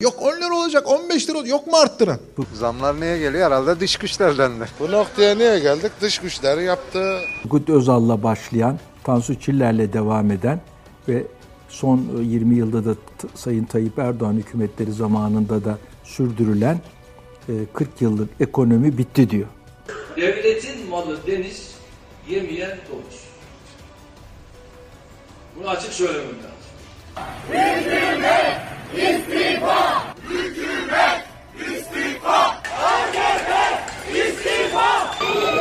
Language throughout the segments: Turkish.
Yok 10 lira olacak, 15 lira olacak. Yok mu arttıran? Zamlar neye geliyor? Herhalde dış güçlerden de. Bu noktaya niye geldik? Dış güçler yaptı. Turgut Özal'la başlayan, Tansu Çiller'le devam eden ve son 20 yılda da Sayın Tayyip Erdoğan hükümetleri zamanında da sürdürülen 40 yıllık ekonomi bitti diyor. Devletin malı deniz, yemeyen domuz. Bunu açık söylemem lazım. Hükümet istifa! Hükümet istifa! AKP istifa!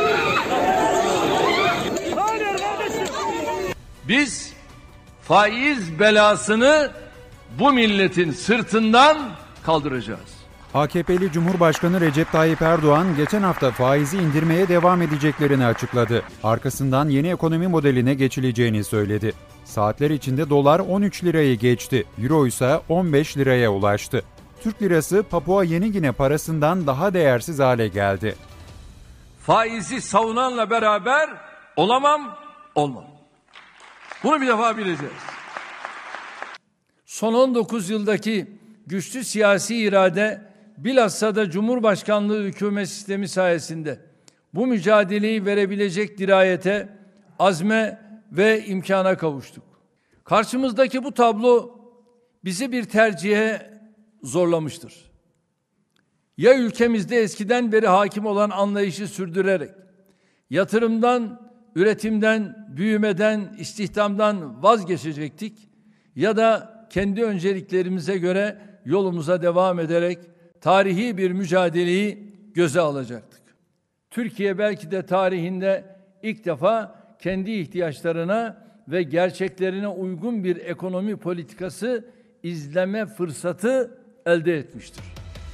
Biz faiz belasını bu milletin sırtından kaldıracağız. AKP'li Cumhurbaşkanı Recep Tayyip Erdoğan geçen hafta faizi indirmeye devam edeceklerini açıkladı. Arkasından yeni ekonomi modeline geçileceğini söyledi. Saatler içinde dolar 13 lirayı geçti, euro ise 15 liraya ulaştı. Türk lirası Papua Yeni Gine parasından daha değersiz hale geldi. Faizi savunanla beraber olmam. Bunu bir defa bileceğiz. Son 19 yıldaki güçlü siyasi irade, bilhassa da Cumhurbaşkanlığı hükümet sistemi sayesinde bu mücadeleyi verebilecek dirayete, azme ve imkana kavuştuk. Karşımızdaki bu tablo bizi bir tercihe zorlamıştır. Ya ülkemizde eskiden beri hakim olan anlayışı sürdürerek yatırımdan, üretimden, büyümeden, istihdamdan vazgeçecektik ya da kendi önceliklerimize göre yolumuza devam ederek tarihi bir mücadeleyi göze alacaktık. Türkiye belki de tarihinde ilk defa kendi ihtiyaçlarına ve gerçeklerine uygun bir ekonomi politikası izleme fırsatı elde etmiştir.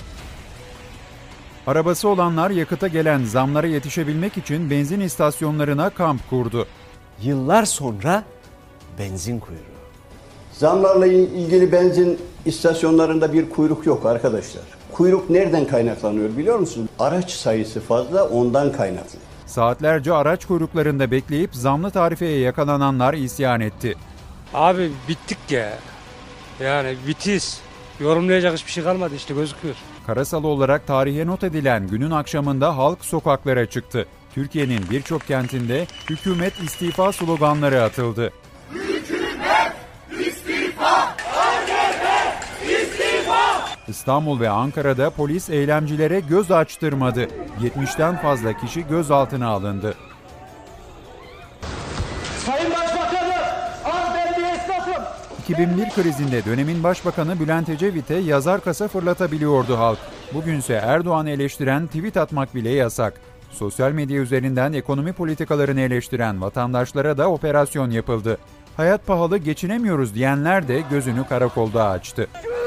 Arabası olanlar yakıta gelen zamlara yetişebilmek için benzin istasyonlarına kamp kurdu. Yıllar sonra benzin kuyruğu. Zamlarla ilgili benzin istasyonlarında bir kuyruk yok arkadaşlar. Kuyruk nereden kaynaklanıyor biliyor musunuz? Araç sayısı fazla, ondan kaynaklı. Saatlerce araç kuyruklarında bekleyip zamlı tarifeye yakalananlar isyan etti. Abi bittik ya. Yani bitiz. Yorumlayacak hiçbir şey kalmadı işte, gözüküyor. Karasal olarak tarihe not edilen günün akşamında halk sokaklara çıktı. Türkiye'nin birçok kentinde hükümet istifa sloganları atıldı. Hükümet istifa! AKP istifa! İstanbul ve Ankara'da polis eylemcilere göz açtırmadı. 70'ten fazla kişi gözaltına alındı. Sayın Başbakanım, ben bir esnafım. 2001 krizinde dönemin başbakanı Bülent Ecevit'e yazar kasa fırlatabiliyordu halk. Bugünse Erdoğan'ı eleştiren tweet atmak bile yasak. Sosyal medya üzerinden ekonomi politikalarını eleştiren vatandaşlara da operasyon yapıldı. Hayat pahalı, geçinemiyoruz diyenler de gözünü karakolda açtı.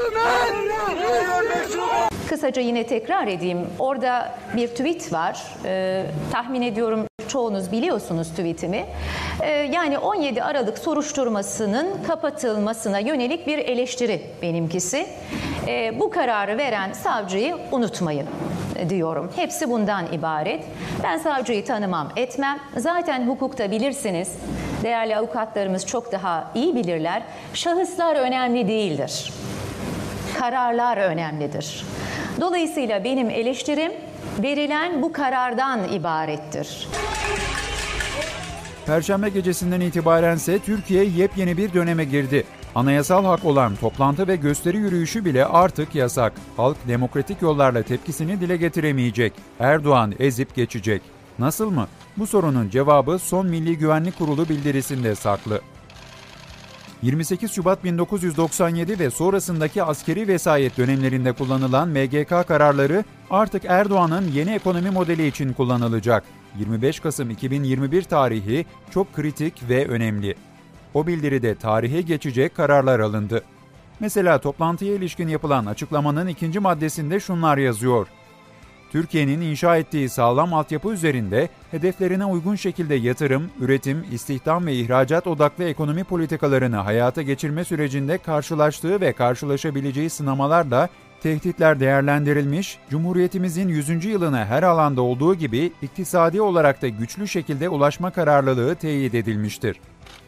Kısaca yine tekrar edeyim. Orada bir tweet var. Tahmin ediyorum çoğunuz biliyorsunuz tweetimi. Yani 17 Aralık soruşturmasının kapatılmasına yönelik bir eleştiri benimkisi. Bu kararı veren savcıyı unutmayın diyorum. Hepsi bundan ibaret. Ben savcıyı tanımam, etmem. Zaten hukukta bilirsiniz. Değerli avukatlarımız çok daha iyi bilirler. Şahıslar önemli değildir. Kararlar önemlidir. Dolayısıyla benim eleştirim verilen bu karardan ibarettir. Perşembe gecesinden itibarense Türkiye yepyeni bir döneme girdi. Anayasal hak olan toplantı ve gösteri yürüyüşü bile artık yasak. Halk demokratik yollarla tepkisini dile getiremeyecek. Erdoğan ezip geçecek. Nasıl mı? Bu sorunun cevabı son Milli Güvenlik Kurulu bildirisinde saklı. 28 Şubat 1997 ve sonrasındaki askeri vesayet dönemlerinde kullanılan MGK kararları artık Erdoğan'ın yeni ekonomi modeli için kullanılacak. 25 Kasım 2021 tarihi çok kritik ve önemli. O bildiride tarihe geçecek kararlar alındı. Mesela toplantıya ilişkin yapılan açıklamanın 2. maddesinde şunlar yazıyor. Türkiye'nin inşa ettiği sağlam altyapı üzerinde hedeflerine uygun şekilde yatırım, üretim, istihdam ve ihracat odaklı ekonomi politikalarını hayata geçirme sürecinde karşılaştığı ve karşılaşabileceği sınamalarla tehditler değerlendirilmiş, Cumhuriyetimizin 100. yılına her alanda olduğu gibi iktisadi olarak da güçlü şekilde ulaşma kararlılığı teyit edilmiştir.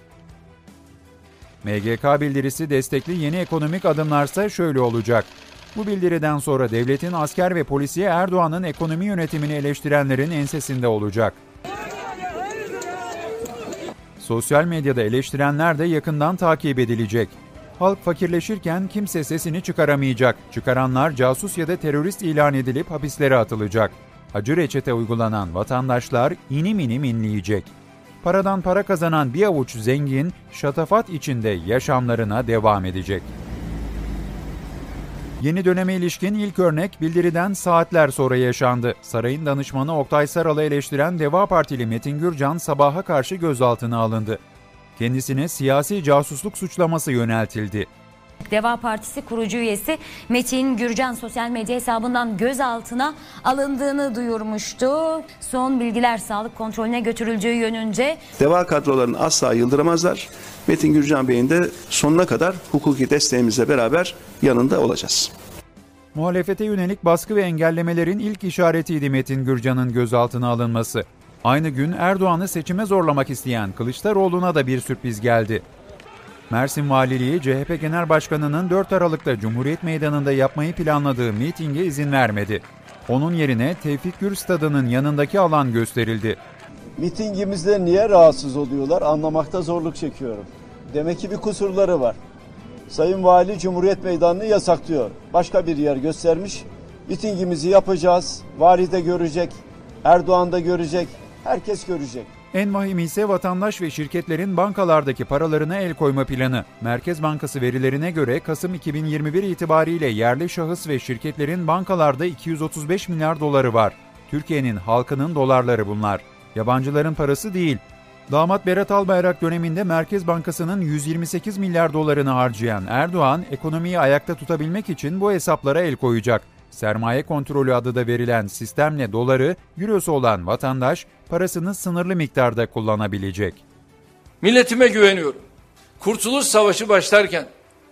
MGK bildirisi destekli yeni ekonomik adımlarsa şöyle olacak. Bu bildiriden sonra devletin asker ve polisi Erdoğan'ın ekonomi yönetimini eleştirenlerin ensesinde olacak. Sosyal medyada eleştirenler de yakından takip edilecek. Halk fakirleşirken kimse sesini çıkaramayacak. Çıkaranlar casus ya da terörist ilan edilip hapislere atılacak. Acı reçete uygulanan vatandaşlar inim inim inleyecek. Paradan para kazanan bir avuç zengin şatafat içinde yaşamlarına devam edecek. Yeni döneme ilişkin ilk örnek bildiriden saatler sonra yaşandı. Sarayın danışmanı Oktay Saral'ı eleştiren Deva Partili Metin Gürcan sabaha karşı gözaltına alındı. Kendisine siyasi casusluk suçlaması yöneltildi. Deva Partisi kurucu üyesi Metin Gürcan sosyal medya hesabından gözaltına alındığını duyurmuştu. Son bilgiler sağlık kontrolüne götürüldüğü yönünde. Deva kadrolarını asla yıldıramazlar. Metin Gürcan Bey'in de sonuna kadar hukuki desteğimizle beraber yanında olacağız. Muhalefete yönelik baskı ve engellemelerin ilk işaretiydi Metin Gürcan'ın gözaltına alınması. Aynı gün Erdoğan'ı seçime zorlamak isteyen Kılıçdaroğlu'na da bir sürpriz geldi. Mersin Valiliği, CHP Genel Başkanı'nın 4 Aralık'ta Cumhuriyet Meydanı'nda yapmayı planladığı mitinge izin vermedi. Onun yerine Tevfik Gür Stadı'nın yanındaki alan gösterildi. Mitingimizde niye rahatsız oluyorlar anlamakta zorluk çekiyorum. Demek ki bir kusurları var. Sayın Vali Cumhuriyet Meydanı'nı yasaklıyor. Başka bir yer göstermiş. Mitingimizi yapacağız. Vali de görecek, Erdoğan da görecek, herkes görecek. En vahimi ise vatandaş ve şirketlerin bankalardaki paralarına el koyma planı. Merkez Bankası verilerine göre Kasım 2021 itibariyle yerli şahıs ve şirketlerin bankalarda 235 milyar doları var. Türkiye'nin halkının dolarları bunlar. Yabancıların parası değil. Damat Berat Albayrak döneminde Merkez Bankası'nın 128 milyar dolarını harcayan Erdoğan, ekonomiyi ayakta tutabilmek için bu hesaplara el koyacak. Sermaye kontrolü adı da verilen sistemle doları, eurosu olan vatandaş parasını sınırlı miktarda kullanabilecek. Milletime güveniyorum. Kurtuluş Savaşı başlarken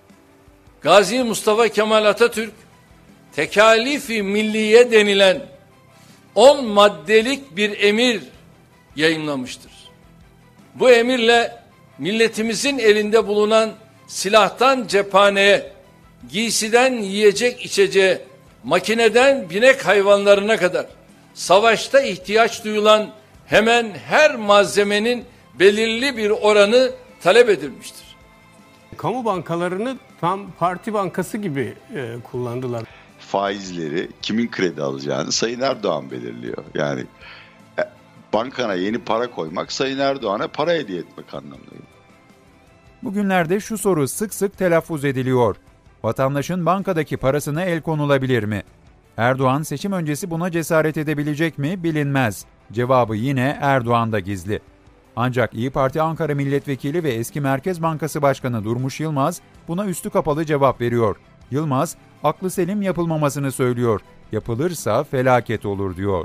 Gazi Mustafa Kemal Atatürk Tekalifi Milliye denilen 10 maddelik bir emir yayınlamıştır. Bu emirle milletimizin elinde bulunan silahtan cephaneye, giysiden yiyecek içeceğe, makineden binek hayvanlarına kadar savaşta ihtiyaç duyulan hemen her malzemenin belirli bir oranı talep edilmiştir. Kamu bankalarını tam parti bankası gibi kullandılar. Faizleri kimin kredi alacağını Sayın Erdoğan belirliyor. Yani bankana yeni para koymak Sayın Erdoğan'a para hediye etmek anlamında. Bugünlerde şu soru sık sık telaffuz ediliyor. Vatandaşın bankadaki parasına el konulabilir mi? Erdoğan seçim öncesi buna cesaret edebilecek mi bilinmez. Cevabı yine Erdoğan'da gizli. Ancak İYİ Parti Ankara Milletvekili ve eski Merkez Bankası Başkanı Durmuş Yılmaz buna üstü kapalı cevap veriyor. Yılmaz, aklı selim yapılmamasını söylüyor. Yapılırsa felaket olur diyor.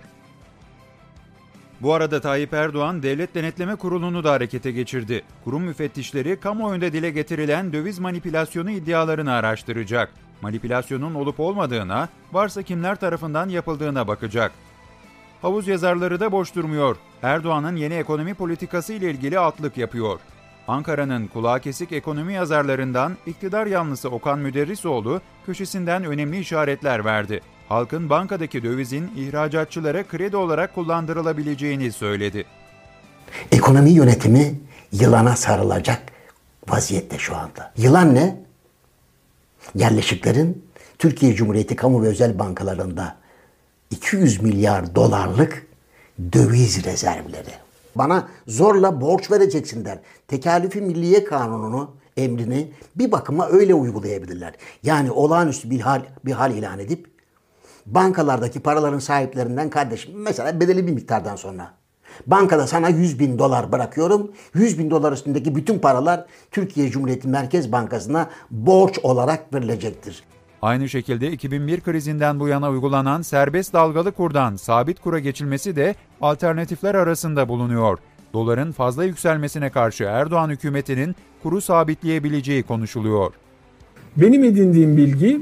Bu arada Tayyip Erdoğan Devlet Denetleme Kurulu'nu da harekete geçirdi. Kurum müfettişleri kamuoyunda dile getirilen döviz manipülasyonu iddialarını araştıracak. Manipülasyonun olup olmadığına, varsa kimler tarafından yapıldığına bakacak. Havuz yazarları da boş durmuyor. Erdoğan'ın yeni ekonomi politikası ile ilgili atlık yapıyor. Ankara'nın kulağı kesik ekonomi yazarlarından iktidar yanlısı Okan Müderrisoğlu köşesinden önemli işaretler verdi. Halkın bankadaki dövizin ihracatçılara kredi olarak kullandırılabileceğini söyledi. Ekonomi yönetimi yılana sarılacak vaziyette şu anda. Yılan ne? Yerleşiklerin Türkiye Cumhuriyeti kamu ve özel bankalarında 200 milyar dolarlık döviz rezervleri. Bana zorla borç vereceksin der. Tekalifi Milliye Kanunu'nu, emrini bir bakıma öyle uygulayabilirler. Yani olağanüstü bir hal ilan edip bankalardaki paraların sahiplerinden kardeşim mesela belirli bir miktardan sonra bankada sana 100 bin dolar bırakıyorum. 100 bin dolar üstündeki bütün paralar Türkiye Cumhuriyeti Merkez Bankası'na borç olarak verilecektir. Aynı şekilde 2001 krizinden bu yana uygulanan serbest dalgalı kurdan sabit kura geçilmesi de alternatifler arasında bulunuyor. Doların fazla yükselmesine karşı Erdoğan hükümetinin kuru sabitleyebileceği konuşuluyor. Benim edindiğim bilgi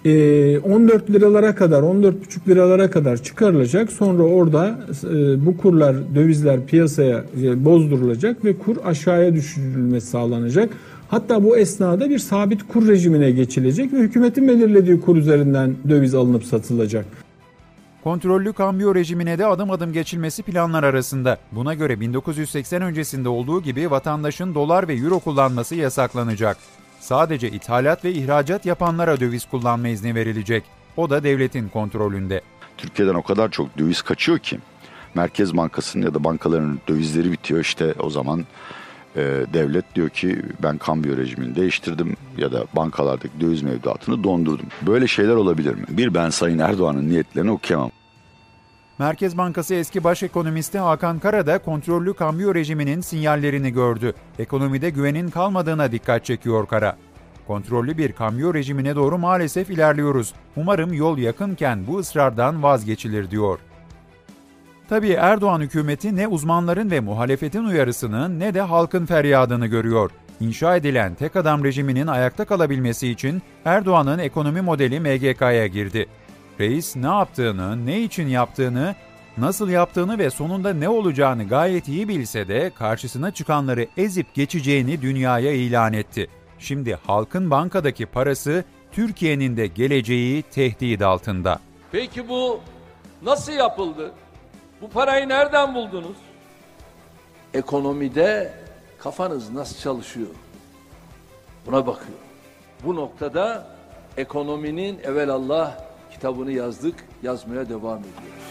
14 liralara kadar, 14,5 liralara kadar çıkarılacak. Sonra orada bu kurlar, dövizler piyasaya bozdurulacak ve kur aşağıya düşürülmesi sağlanacak. Hatta bu esnada bir sabit kur rejimine geçilecek ve hükümetin belirlediği kur üzerinden döviz alınıp satılacak. Kontrollü kambiyo rejimine de adım adım geçilmesi planlar arasında. Buna göre 1980 öncesinde olduğu gibi vatandaşın dolar ve euro kullanması yasaklanacak. Sadece ithalat ve ihracat yapanlara döviz kullanma izni verilecek. O da devletin kontrolünde. Türkiye'den o kadar çok döviz kaçıyor ki Merkez Bankası'nın ya da bankaların dövizleri bitiyor. İşte o zaman devlet diyor ki ben kambiyo rejimini değiştirdim ya da bankalardaki döviz mevduatını dondurdum. Böyle şeyler olabilir mi? Ben Sayın Erdoğan'ın niyetlerini okuyamam. Merkez Bankası eski baş ekonomisti Hakan Kara da kontrollü kambiyo rejiminin sinyallerini gördü. Ekonomide güvenin kalmadığına dikkat çekiyor Kara. Kontrollü bir kambiyo rejimine doğru maalesef ilerliyoruz. Umarım yol yakınken bu ısrardan vazgeçilir diyor. Tabii Erdoğan hükümeti ne uzmanların ve muhalefetin uyarısını ne de halkın feryadını görüyor. İnşa edilen tek adam rejiminin ayakta kalabilmesi için Erdoğan'ın ekonomi modeli MGK'ya girdi. Reis ne yaptığını, ne için yaptığını, nasıl yaptığını ve sonunda ne olacağını gayet iyi bilse de karşısına çıkanları ezip geçeceğini dünyaya ilan etti. Şimdi halkın bankadaki parası, Türkiye'nin de geleceği tehdit altında. Peki bu nasıl yapıldı? Bu parayı nereden buldunuz? Ekonomide kafanız nasıl çalışıyor? Buna bakıyor. Bu noktada ekonominin evelallah kitabını yazdık, yazmaya devam ediyoruz.